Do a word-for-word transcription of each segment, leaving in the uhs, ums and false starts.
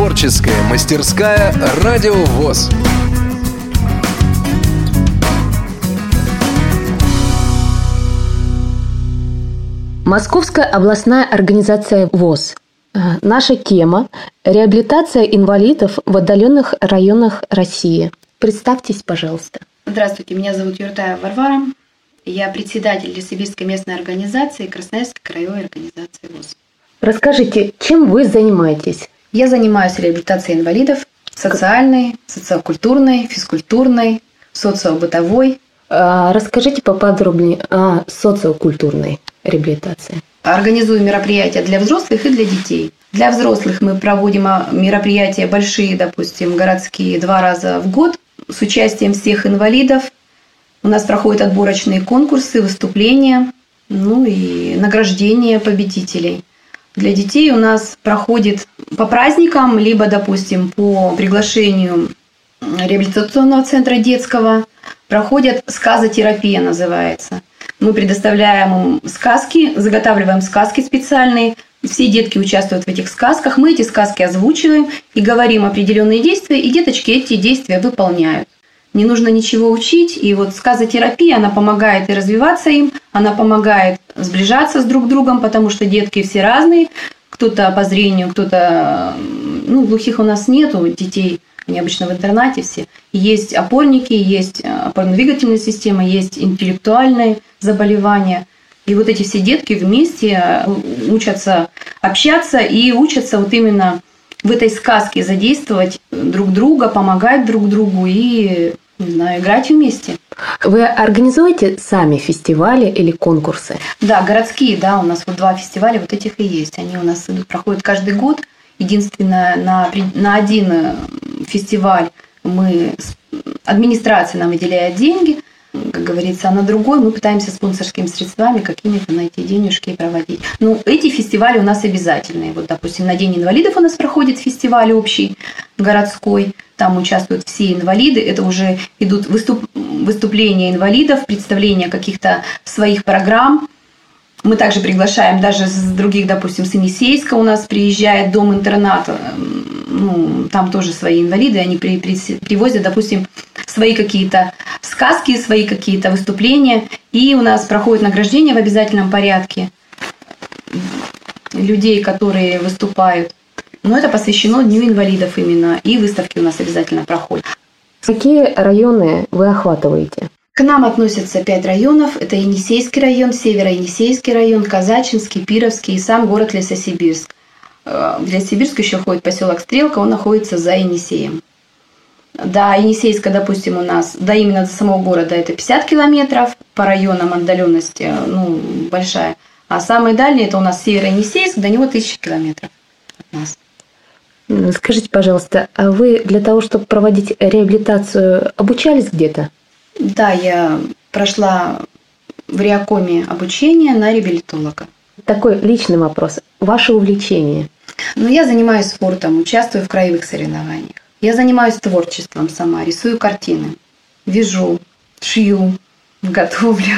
Творческая мастерская «Радио ВОС». Московская областная организация ВОС. Наша тема – реабилитация инвалидов в отдаленных районах России. Представьтесь, пожалуйста. Здравствуйте, меня зовут Юртаева Варвара. Я председатель Лесосибирской местной организации Красноярской краевой организации ВОС. Расскажите, чем вы занимаетесь? Я занимаюсь реабилитацией инвалидов социальной, социокультурной, физкультурной, социобытовой. А расскажите поподробнее о социокультурной реабилитации. Организую мероприятия для взрослых и для детей. Для взрослых мы проводим мероприятия большие, допустим, городские, два раза в год с участием всех инвалидов. У нас проходят отборочные конкурсы, выступления, ну и награждение победителей. Для детей у нас проходит по праздникам, либо, допустим, по приглашению реабилитационного центра детского, проходит сказотерапия, называется. Мы предоставляем им сказки, заготавливаем сказки специальные. Все детки участвуют в этих сказках. Мы эти сказки озвучиваем и говорим определенные действия, и деточки эти действия выполняют. Не нужно ничего учить. И вот сказотерапия, она помогает и развиваться им, она помогает сближаться с друг другом, потому что детки все разные. Кто-то по зрению, кто-то... Ну, глухих у нас нету детей. Они обычно в интернате все. Есть опорники, есть опорно-двигательная система, есть интеллектуальные заболевания. И вот эти все детки вместе учатся общаться и учатся вот именно в этой сказке задействовать друг друга, помогать друг другу и, не знаю, играть вместе. Вы организуете сами фестивали или конкурсы? Да, городские, да, у нас вот два фестиваля вот этих и есть. Они у нас идут, проходят каждый год. Единственное, на, на один фестиваль мы, администрация нам выделяет деньги, как говорится, а на другой мы пытаемся спонсорскими средствами какими-то найти денежки и проводить. Ну, эти фестивали у нас обязательные. Вот, допустим, на День инвалидов у нас проходит фестиваль общий, городской. Там участвуют все инвалиды. Это уже идут выступ... выступления инвалидов, представления каких-то своих программ. Мы также приглашаем даже с других, допустим, с Енисейска у нас приезжает дом-интернат, ну, там тоже свои инвалиды, они при, при, привозят, допустим, свои какие-то сказки, свои какие-то выступления, и у нас проходит награждение в обязательном порядке людей, которые выступают. Но это посвящено Дню инвалидов именно, и выставки у нас обязательно проходят. Какие районы вы охватываете? К нам относятся пять районов. Это Енисейский район, Северо-Енисейский район, Казачинский, Пировский и сам город Лесосибирск. В Лесосибирск еще входит поселок Стрелка, он находится за Енисеем. До Енисейска, допустим, у нас, да именно до самого города это пятьдесят километров, по районам отдаленности, ну, большая. А самый дальний это у нас Северо-Енисейск, до него тысяча километров от нас. Скажите, пожалуйста, а вы для того, чтобы проводить реабилитацию, обучались где-то? Да, я прошла в Реакоме обучение на реабилитолога. Такой личный вопрос. Ваше увлечение? Ну, я занимаюсь спортом, участвую в краевых соревнованиях. Я занимаюсь творчеством сама, рисую картины, вяжу, шью, готовлю.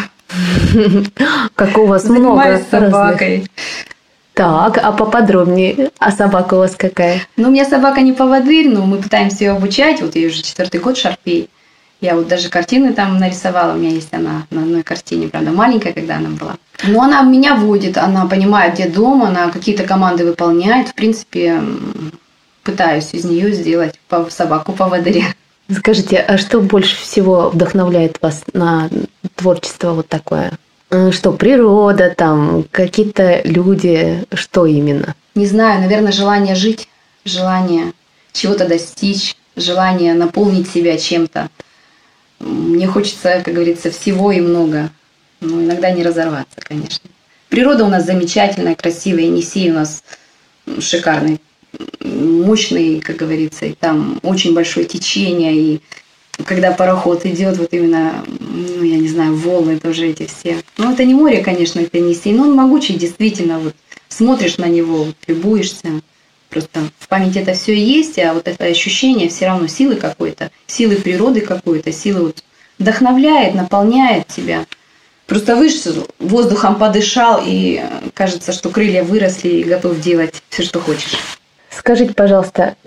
Как у вас много. Занимаюсь собакой. Так, а поподробнее, а собака у вас какая? Ну, у меня собака не поводырь, но мы пытаемся ее обучать. Вот ей уже четвертый год Шарпей. Я вот даже картины там нарисовала, у меня есть она на одной картине, правда, маленькая, когда она была. Но она меня водит, она понимает, где дом, она какие-то команды выполняет. В принципе, пытаюсь из нее сделать собаку-поводыря. Скажите, а что больше всего вдохновляет вас на творчество вот такое? Что, природа, там, какие-то люди, что именно? Не знаю, наверное, желание жить, желание чего-то достичь, желание наполнить себя чем-то. Мне хочется, как говорится, всего и много, но иногда не разорваться, конечно. Природа у нас замечательная, красивая, Енисей у нас шикарный, мощный, как говорится, и там очень большое течение, и когда пароход идет, вот именно, ну, я не знаю, волны тоже эти все. Ну, это не море, конечно, это Енисей, но он могучий, действительно, вот смотришь на него, вот, любуешься. Просто в памяти это все есть, а вот это ощущение все равно силы какой-то, силы природы какой-то, силы вот вдохновляет, наполняет тебя. Просто вышел, воздухом подышал, и кажется, что крылья выросли и готов делать все, что хочешь. Скажите, пожалуйста,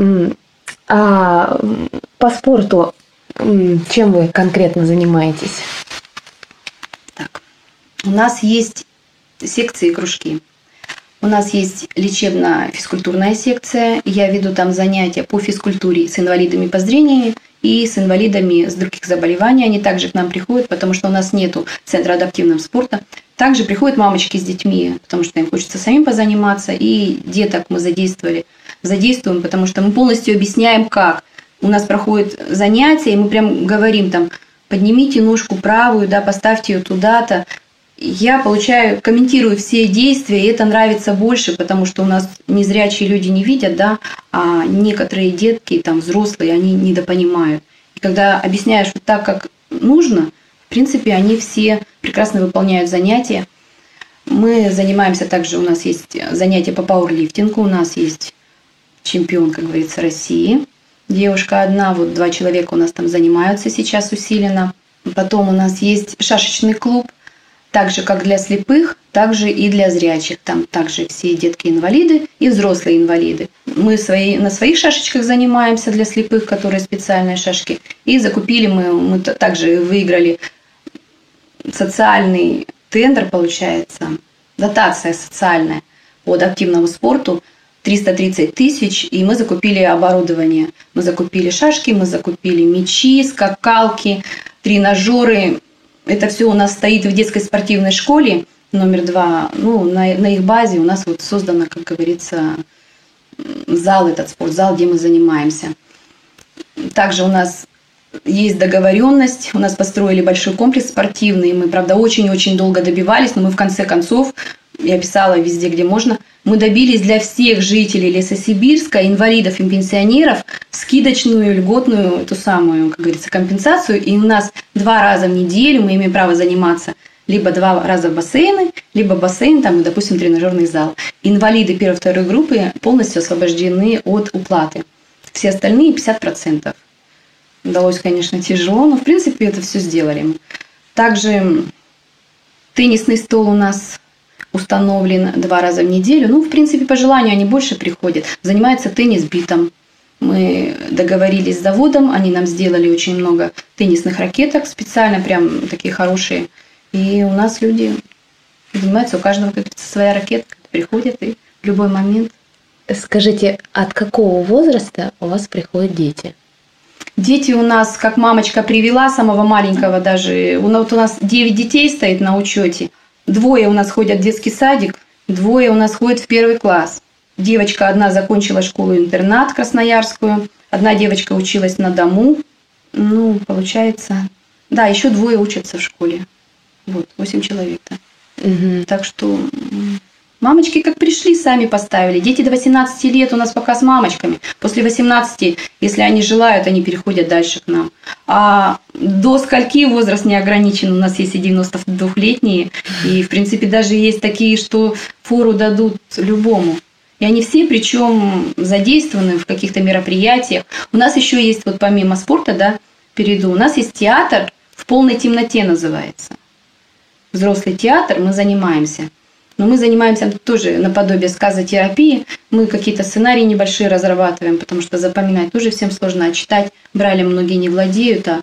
а по спорту чем вы конкретно занимаетесь? Так, у нас есть секции и кружки. У нас есть лечебно-физкультурная секция. Я веду там занятия по физкультуре с инвалидами по зрению и с инвалидами с других заболеваний. Они также к нам приходят, потому что у нас нету центра адаптивного спорта. Также приходят мамочки с детьми, потому что им хочется самим позаниматься. И деток мы задействовали, задействуем, потому что мы полностью объясняем, как. У нас проходят занятия, и мы прям говорим там, поднимите ножку правую, да, поставьте ее туда-то. Я получаю, комментирую все действия, и это нравится больше, потому что у нас незрячие люди не видят, да, а некоторые детки, там, взрослые, они недопонимают. И когда объясняешь вот так, как нужно, в принципе, они все прекрасно выполняют занятия. Мы занимаемся также, у нас есть занятия по пауэрлифтингу, у нас есть чемпион, как говорится, России. Девушка одна, вот два человека у нас там занимаются сейчас усиленно. Потом у нас есть шашечный клуб, так же, как для слепых, так же и для зрячих. Там также все детки-инвалиды и взрослые инвалиды. Мы свои, на своих шашечках занимаемся для слепых, которые специальные шашки. И закупили мы, мы также выиграли социальный тендер, получается, дотация социальная по адаптивному спорту. триста тридцать тысяч, и мы закупили оборудование. Мы закупили шашки, мы закупили мячи, скакалки, тренажеры. Это все у нас стоит в детской спортивной школе номер два. Ну, на, на их базе у нас вот создано, как говорится, зал, этот спортзал, где мы занимаемся. Также у нас есть договоренность. У нас построили большой комплекс спортивный. Мы, правда, очень-очень долго добивались, но мы в конце концов, я писала везде, где можно, мы добились для всех жителей Лесосибирска, инвалидов и пенсионеров, скидочную, льготную, ту самую, как говорится, компенсацию. И у нас два раза в неделю мы имеем право заниматься либо два раза в бассейны, либо бассейн, там, допустим, тренажерный зал. Инвалиды первой-второй группы полностью освобождены от уплаты. Все остальные пятьдесят процентов. Удалось, конечно, тяжело, но, в принципе, это все сделали. Также теннисный стол у нас установлен два раза в неделю. Ну, в принципе, по желанию они больше приходят. Занимается теннис-битом. Мы договорились с заводом, они нам сделали очень много теннисных ракеток специально, прям такие хорошие. И у нас люди занимаются, у каждого, как говорится, своя ракетка. Приходят и в любой момент. Скажите, от какого возраста у вас приходят дети? Дети у нас, как мамочка привела, самого маленького даже. Вот у нас девять детей стоит на учете. Двое у нас ходят в детский садик, двое у нас ходят в первый класс. Девочка одна закончила школу-интернат красноярскую, одна девочка училась на дому. Ну, получается... Да, еще двое учатся в школе. Вот, восемь человек-то. Угу. Так что мамочки как пришли, сами поставили. Дети до восемнадцати лет у нас пока с мамочками. После восемнадцати, если они желают, они переходят дальше к нам. А до скольки возраст не ограничен? У нас есть и девяностодвухлетние. И, в принципе, даже есть такие, что фору дадут любому. И они все, причем, задействованы в каких-то мероприятиях. У нас еще есть, вот помимо спорта, да, перейду, у нас есть театр «В полной темноте» называется. Взрослый театр, мы занимаемся. Но мы занимаемся тоже наподобие сказотерапии. Мы какие-то сценарии небольшие разрабатываем, потому что запоминать тоже всем сложно, а читать Брайлем многие не владеют, а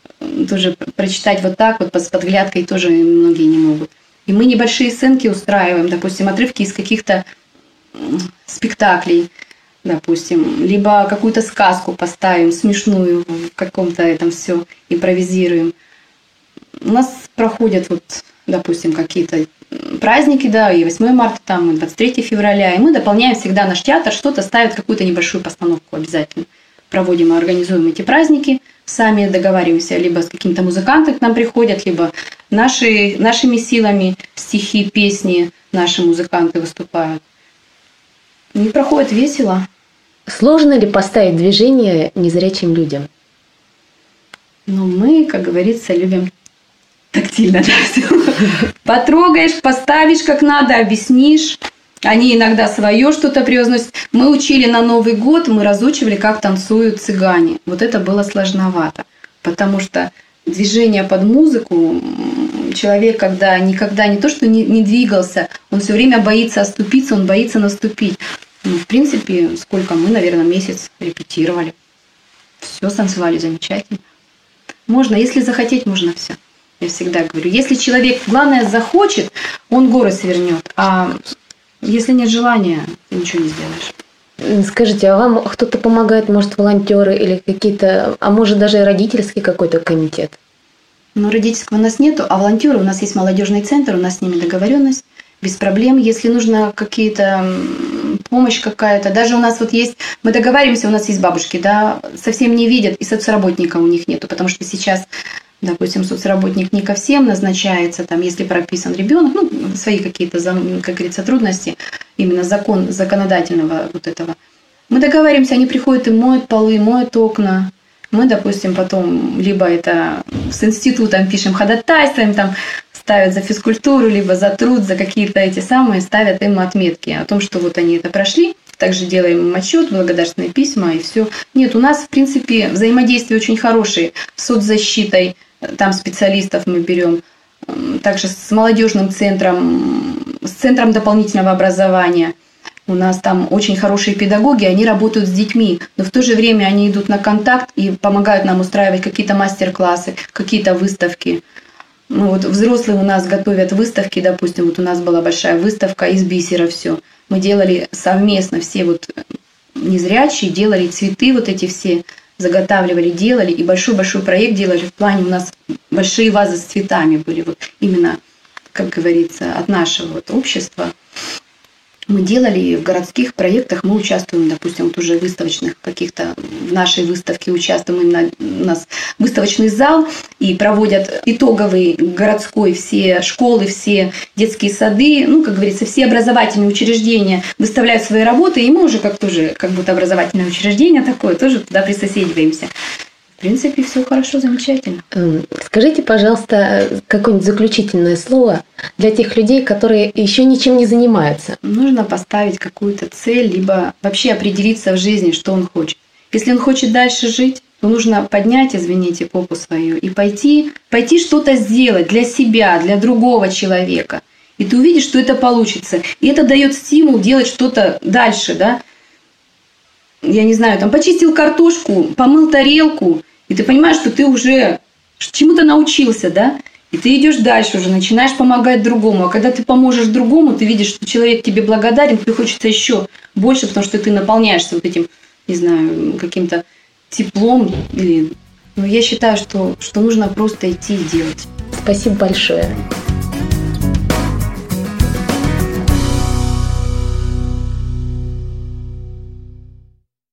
тоже прочитать вот так вот с подглядкой тоже многие не могут. И мы небольшие сценки устраиваем, допустим, отрывки из каких-то спектаклей, допустим, либо какую-то сказку поставим смешную в каком-то этом все импровизируем. У нас проходят вот, допустим, какие-то праздники, да, и восьмое марта, там, и двадцать третьего февраля, и мы дополняем всегда наш театр, что-то ставит, какую-то небольшую постановку обязательно. Проводим и организуем эти праздники, сами договариваемся, либо с каким-то музыкантом к нам приходят, либо наши, нашими силами стихи, песни наши музыканты выступают. И проходит весело. Сложно ли поставить движение незрячим людям? Ну, мы, как говорится, любим тактильно. Потрогаешь, поставишь как надо, объяснишь. Они иногда свое что-то привозносят. Мы учили на Новый год, мы разучивали, как танцуют цыгане. Вот это было сложновато, потому что движение под музыку, человек, когда никогда не то, что не, не двигался, он все время боится оступиться, он боится наступить. Ну, принципе, сколько мы, наверное, месяц репетировали. Все танцевали замечательно. Можно, если захотеть, можно все. Я всегда говорю, если человек, главное, захочет, он горы свернет. А если нет желания, ты ничего не сделаешь. Скажите, а вам кто-то помогает, может, волонтеры или какие-то, а может, даже родительский какой-то комитет? Ну, родительского у нас нету, а волонтеры, у нас есть молодежный центр, у нас с ними договоренность, без проблем. Если нужна какие-то помощь какая-то, даже у нас вот есть, мы договариваемся, у нас есть бабушки, да, совсем не видят, и соцработника у них нету, потому что сейчас, допустим, соцработник не ко всем назначается, там, если прописан ребенок, ну, свои какие-то, как говорится, трудности, именно закон законодательного вот этого. Мы договариваемся, они приходят и моют полы, моют окна. Мы, допустим, потом либо это с институтом пишем ходатайство, им там ставят за физкультуру, либо за труд, за какие-то эти самые, ставят им отметки о том, что вот они это прошли. Также делаем им отчет, благодарственные письма и все. Нет, у нас, в принципе, взаимодействие очень хорошее с соцзащитой, там специалистов мы берем, также с молодежным центром, с центром дополнительного образования. У нас там очень хорошие педагоги, они работают с детьми, но в то же время они идут на контакт и помогают нам устраивать какие-то мастер-классы, какие-то выставки. Ну, вот взрослые у нас готовят выставки, допустим, вот у нас была большая выставка из бисера все. Мы делали совместно, все вот незрячие делали цветы, вот эти все заготавливали, делали, и большой-большой проект делали в плане, у нас большие вазы с цветами были, вот именно, как говорится, от нашего вот общества. Мы делали в городских проектах, мы участвуем, допустим, вот уже выставочных каких-то, в нашей выставке участвуем, именно у нас выставочный зал, и проводят итоговый городской, все школы, все детские сады, ну, как говорится, все образовательные учреждения выставляют свои работы, и мы уже как тоже, как будто образовательное учреждение такое, тоже туда присоседиваемся. В принципе, все хорошо, замечательно. Скажите, пожалуйста, какое-нибудь заключительное слово для тех людей, которые еще ничем не занимаются. Нужно поставить какую-то цель, либо вообще определиться в жизни, что он хочет. Если он хочет дальше жить, то нужно поднять, извините, попу свою и пойти, пойти что-то сделать для себя, для другого человека. И ты увидишь, что это получится. И это дает стимул делать что-то дальше, да. Я не знаю, там почистил картошку, помыл тарелку, и ты понимаешь, что ты уже чему-то научился, да, и ты идешь дальше уже, начинаешь помогать другому. А когда ты поможешь другому, ты видишь, что человек тебе благодарен, тебе хочется еще больше, потому что ты наполняешься вот этим, не знаю, каким-то теплом. Или... Ну, я считаю, что, что нужно просто идти и делать. Спасибо большое.